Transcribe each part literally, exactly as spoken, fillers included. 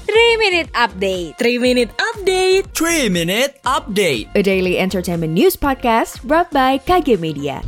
three minute update. three minute update. three minute update. A daily entertainment news podcast brought by K G Media.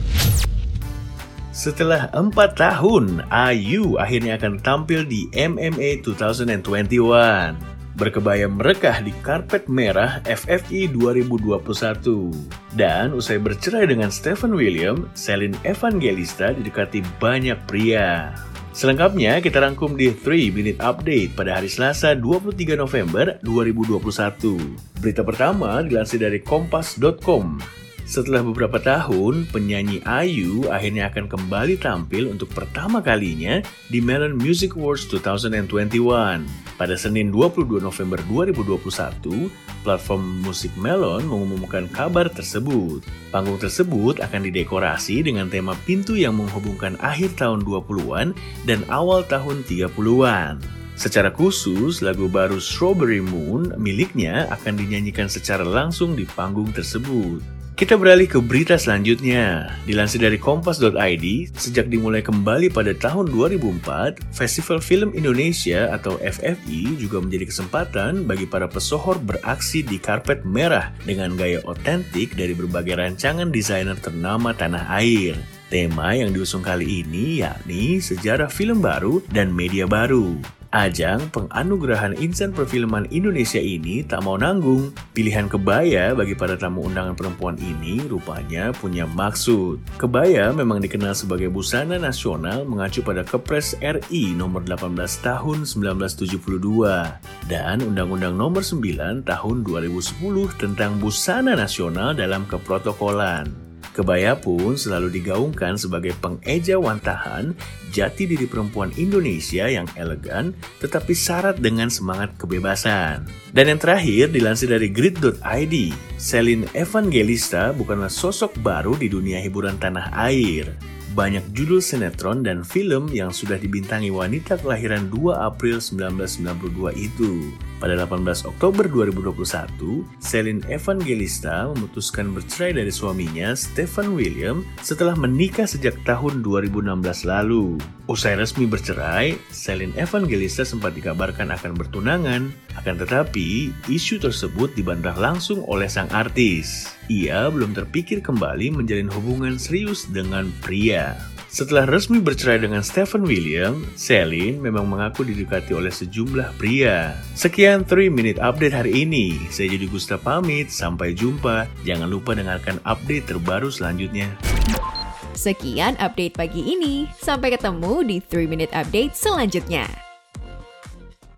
Setelah empat tahun, Ayu akhirnya akan tampil di M M A dua ribu dua puluh satu. Berkebaya merekah di karpet merah F F I dua ribu dua puluh satu. Dan usai bercerai dengan Stephen William, Celine Evangelista didekati banyak pria. Selengkapnya kita rangkum di three minute update pada hari Selasa dua puluh tiga November dua ribu dua puluh satu. Berita pertama dilansir dari kompas dot com. Setelah beberapa tahun, penyanyi Ayu akhirnya akan kembali tampil untuk pertama kalinya di Melon Music Awards dua ribu dua puluh satu. Pada Senin dua puluh dua November dua ribu dua puluh satu, platform musik Melon mengumumkan kabar tersebut. Panggung tersebut akan didekorasi dengan tema pintu yang menghubungkan akhir tahun dua puluhan dan awal tahun tiga puluhan. Secara khusus, lagu baru Strawberry Moon miliknya akan dinyanyikan secara langsung di panggung tersebut. Kita beralih ke berita selanjutnya. Dilansir dari kompas dot i d, sejak dimulai kembali pada tahun dua ribu empat, Festival Film Indonesia atau F F I juga menjadi kesempatan bagi para pesohor beraksi di karpet merah dengan gaya otentik dari berbagai rancangan desainer ternama tanah air. Tema yang diusung kali ini yakni sejarah film baru dan media baru. Ajang penganugerahan insan perfilman Indonesia ini tak mau nanggung. Pilihan kebaya bagi para tamu undangan perempuan ini rupanya punya maksud. Kebaya memang dikenal sebagai busana nasional mengacu pada Kepres R I nomor delapan belas tahun seribu sembilan ratus tujuh puluh dua dan Undang-Undang nomor sembilan tahun dua ribu sepuluh tentang busana nasional dalam keprotokolan. Kebaya pun selalu digaungkan sebagai pengejawantahan jati diri perempuan Indonesia yang elegan tetapi syarat dengan semangat kebebasan. Dan yang terakhir dilansir dari grid dot i d, Celine Evangelista bukanlah sosok baru di dunia hiburan tanah air. Banyak judul sinetron dan film yang sudah dibintangi wanita kelahiran dua April seribu sembilan ratus sembilan puluh dua itu. Pada delapan belas Oktober dua ribu dua puluh satu, Celine Evangelista memutuskan bercerai dari suaminya Stephen William setelah menikah sejak tahun dua ribu enam belas lalu. Usai resmi bercerai, Celine Evangelista sempat dikabarkan akan bertunangan. Akan tetapi, isu tersebut dibantah langsung oleh sang artis. Ia belum terpikir kembali menjalin hubungan serius dengan pria. Setelah resmi bercerai dengan Stephen William, Celine memang mengaku didekati oleh sejumlah pria. Sekian three minute update hari ini. Saya Jody Gusta pamit, sampai jumpa. Jangan lupa dengarkan update terbaru selanjutnya. Sekian update pagi ini. Sampai ketemu di three minute update selanjutnya.